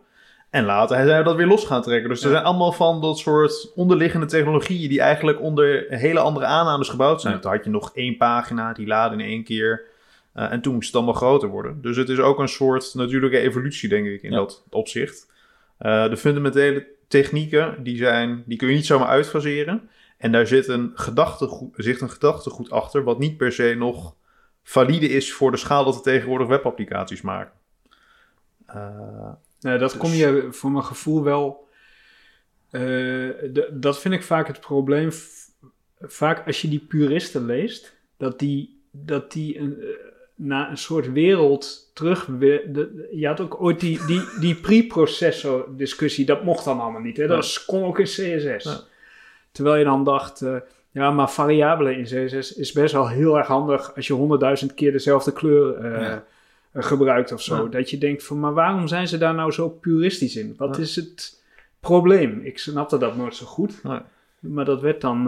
En later zijn we dat weer los gaan trekken. Dus er zijn allemaal van dat soort onderliggende technologieën die eigenlijk onder hele andere aannames gebouwd zijn. Toen had je nog 1 pagina, die laden in 1 keer. En toen moest het allemaal groter worden. Dus het is ook een soort natuurlijke evolutie, denk ik, in dat opzicht. De fundamentele technieken, die kun je niet zomaar uitfaseren. En daar zit een gedachtegoed achter, wat niet per se nog valide is voor de schaal dat we tegenwoordig webapplicaties maken. Dat kom je voor mijn gevoel wel... dat vind ik vaak het probleem. Vaak als je die puristen leest, dat die naar een soort wereld terug... Je had ook ooit die preprocessor discussie, dat mocht dan allemaal niet. Hè? Dat kon ook in CSS. Ja. Terwijl je dan dacht... maar variabelen in CSS is best wel heel erg handig als je 100.000 keer dezelfde kleur gebruikt of zo. Ja. Dat je denkt van, maar waarom zijn ze daar nou zo puristisch in? Wat is het probleem? Ik snapte dat nooit zo goed. Ja. Maar dat werd dan...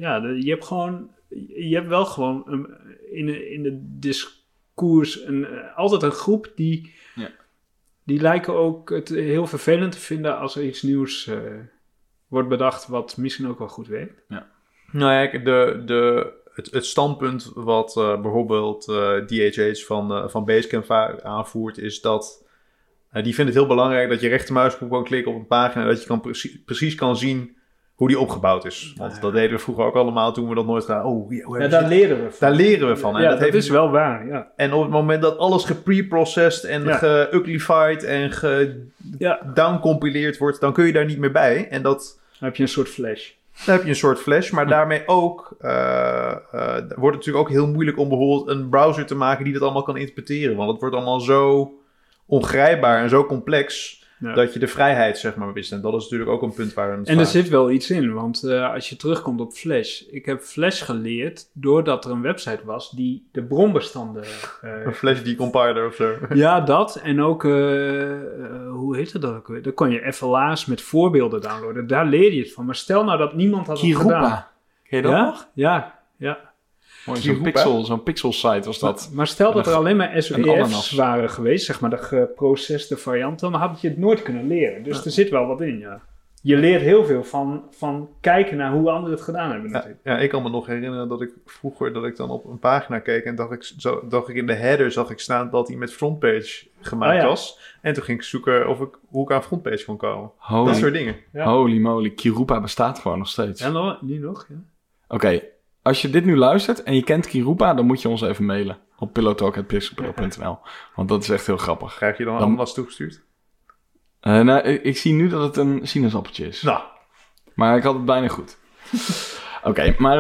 je hebt wel gewoon in de discours altijd een groep die lijken ook het heel vervelend te vinden als er iets nieuws wordt bedacht wat misschien ook wel goed werkt. Ja. Nou ja, het standpunt wat bijvoorbeeld DHH van Basecamp aanvoert is dat die vindt het heel belangrijk dat je rechtermuisknop kan klikken op een pagina, dat je precies kan zien hoe die opgebouwd is. Want dat deden we vroeger ook allemaal toen we dat nooit gaan. Daar leren we van. Daar leren we van. Ja, dat is wel waar. Ja. En op het moment dat alles gepreprocessed en geuglified en gedowncompileerd wordt, dan kun je daar niet meer bij. En dan heb je een soort flash. Dan heb je een soort flash, maar daarmee ook wordt het natuurlijk ook heel moeilijk om bijvoorbeeld een browser te maken die dat allemaal kan interpreteren. Want het wordt allemaal zo ongrijpbaar en zo complex dat je de vrijheid zeg maar mist. En dat is natuurlijk ook een punt waar en er zit wel iets in, want als je terugkomt op Flash. Ik heb Flash geleerd doordat er een website was die de bronbestanden... een Flash decompiler of zo. Ja, dat. En ook, hoe heette dat ook weer? Dan kon je FLA's met voorbeelden downloaden. Daar leer je het van. Maar stel nou dat niemand had het gedaan. Ken je dat nog? Ja. Mooi, zo'n pixel site was dat. Maar stel dat er alleen maar SWF's waren geweest, zeg maar de geprocessede variant, dan had je het nooit kunnen leren. Dus er zit wel wat in, ja. Je leert heel veel van kijken naar hoe anderen het gedaan hebben natuurlijk. Ja, ik kan me nog herinneren dat ik vroeger dat ik dan op een pagina keek en dacht ik in de header zag ik staan dat hij met frontpage gemaakt was. En toen ging ik zoeken hoe ik aan frontpage kon komen. Dat soort dingen. Ja. Holy moly, Kirupa bestaat gewoon nog steeds. Ja, nu nog, ja. Oké. Als je dit nu luistert en je kent Kirupa, dan moet je ons even mailen op pillowtalk@pixelpro.nl. Want dat is echt heel grappig. Krijg je dan ananas toegestuurd? Ik zie nu dat het een sinaasappeltje is. Nou. Maar ik had het bijna goed. Oké, maar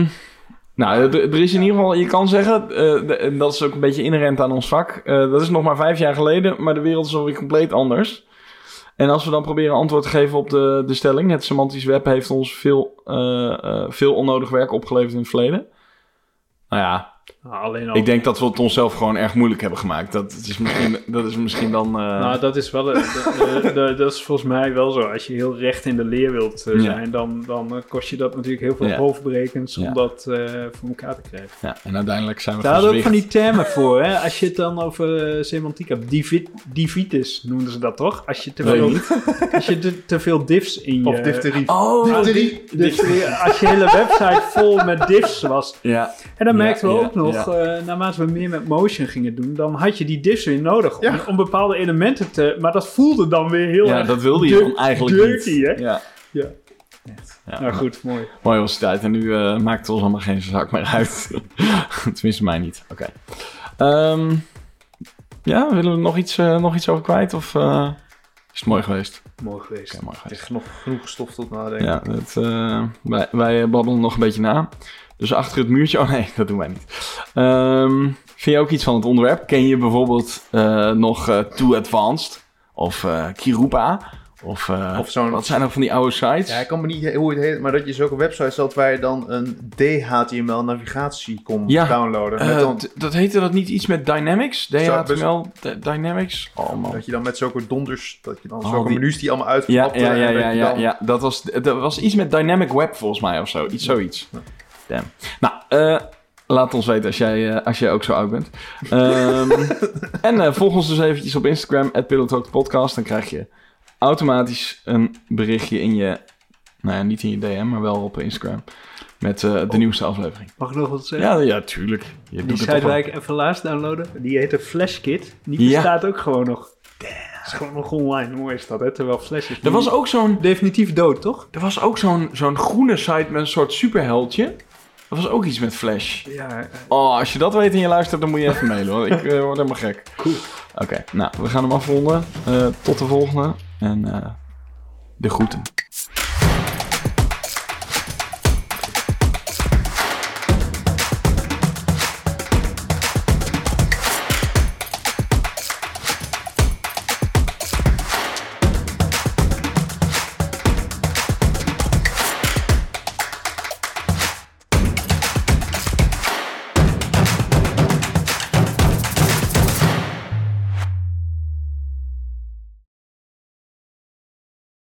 er is in ieder geval, je kan zeggen, dat is ook een beetje inherent aan ons vak. Dat is nog maar 5 jaar geleden, maar de wereld is alweer compleet anders. En als we dan proberen antwoord te geven op de stelling, het semantisch web heeft ons veel onnodig werk opgeleverd in het verleden. Nou ja, ik denk dat we het onszelf gewoon erg moeilijk hebben gemaakt. Dat is misschien dan... Nou, dat is wel... dat is volgens mij wel zo. Als je heel recht in de leer wilt zijn, dan kost je dat natuurlijk heel veel hoofdbrekens om dat voor elkaar te krijgen. Ja, en uiteindelijk zijn we daar hadden we ook van die termen voor, hè? Als je het dan over semantiek hebt. Divitis noemden ze dat toch? Als je te veel diffs in je... Of difterie. Oh, difterie. Als je hele website vol met diffs was. Ja. En dan merkten we ook nog, naarmate we meer met motion gingen doen, dan had je die diffs weer nodig om bepaalde elementen te... Maar dat voelde dan weer heel erg... Ja, dat wilde je dan eigenlijk dirty, niet. Hè? Ja. Echt. Ja, nou goed, mooi. Mooi was de tijd. En nu maakt het ons allemaal geen zak meer uit. Tenminste, mij niet. Oké. Willen we nog iets over kwijt? Of is het mooi geweest? Mooi geweest. Okay, mooi geweest. Echt nog genoeg stof tot nadenken. Ja, wij babbelen nog een beetje na. Dus achter het muurtje... Oh nee, dat doen wij niet. Vind je ook iets van het onderwerp? Ken je bijvoorbeeld nog Too Advanced? Of Kirupa? Of wat zijn er van die oude sites? Ja, ik kan me niet hoe het heet, maar dat je zulke websites had waar je dan een DHTML navigatie kon downloaden. Dat heette dat niet iets met Dynamics? DHTML Dynamics? Oh man. Dat je dan met zulke donders, dat je dan zulke menus die allemaal uitgepakt Ja. Dat was iets met Dynamic Web volgens mij of zo. Zoiets. Ja. Damn. Nou, laat ons weten als jij ook zo oud bent. En volg ons dus eventjes op Instagram @pillowtalkpodcast. Dan krijg je automatisch een berichtje in je... Nou ja, niet in je DM, maar wel op Instagram. Met de nieuwste aflevering. Mag ik nog wat zeggen? Ja, tuurlijk. Je Die site waar ik even laatst downloaden, die heette Flashkit. Die bestaat ook gewoon nog. Damn. Is gewoon nog online. Mooi is dat, hè? Terwijl Flash is... Er was ook zo'n... Definitief dood, toch? Er was ook zo'n groene site met een soort superheldje. Dat was ook iets met Flash. Ja. Als je dat weet en je luistert, dan moet je even mailen, hoor. Ik word helemaal gek. Cool. Oké, nou, we gaan hem afronden. Tot de volgende. En de groeten.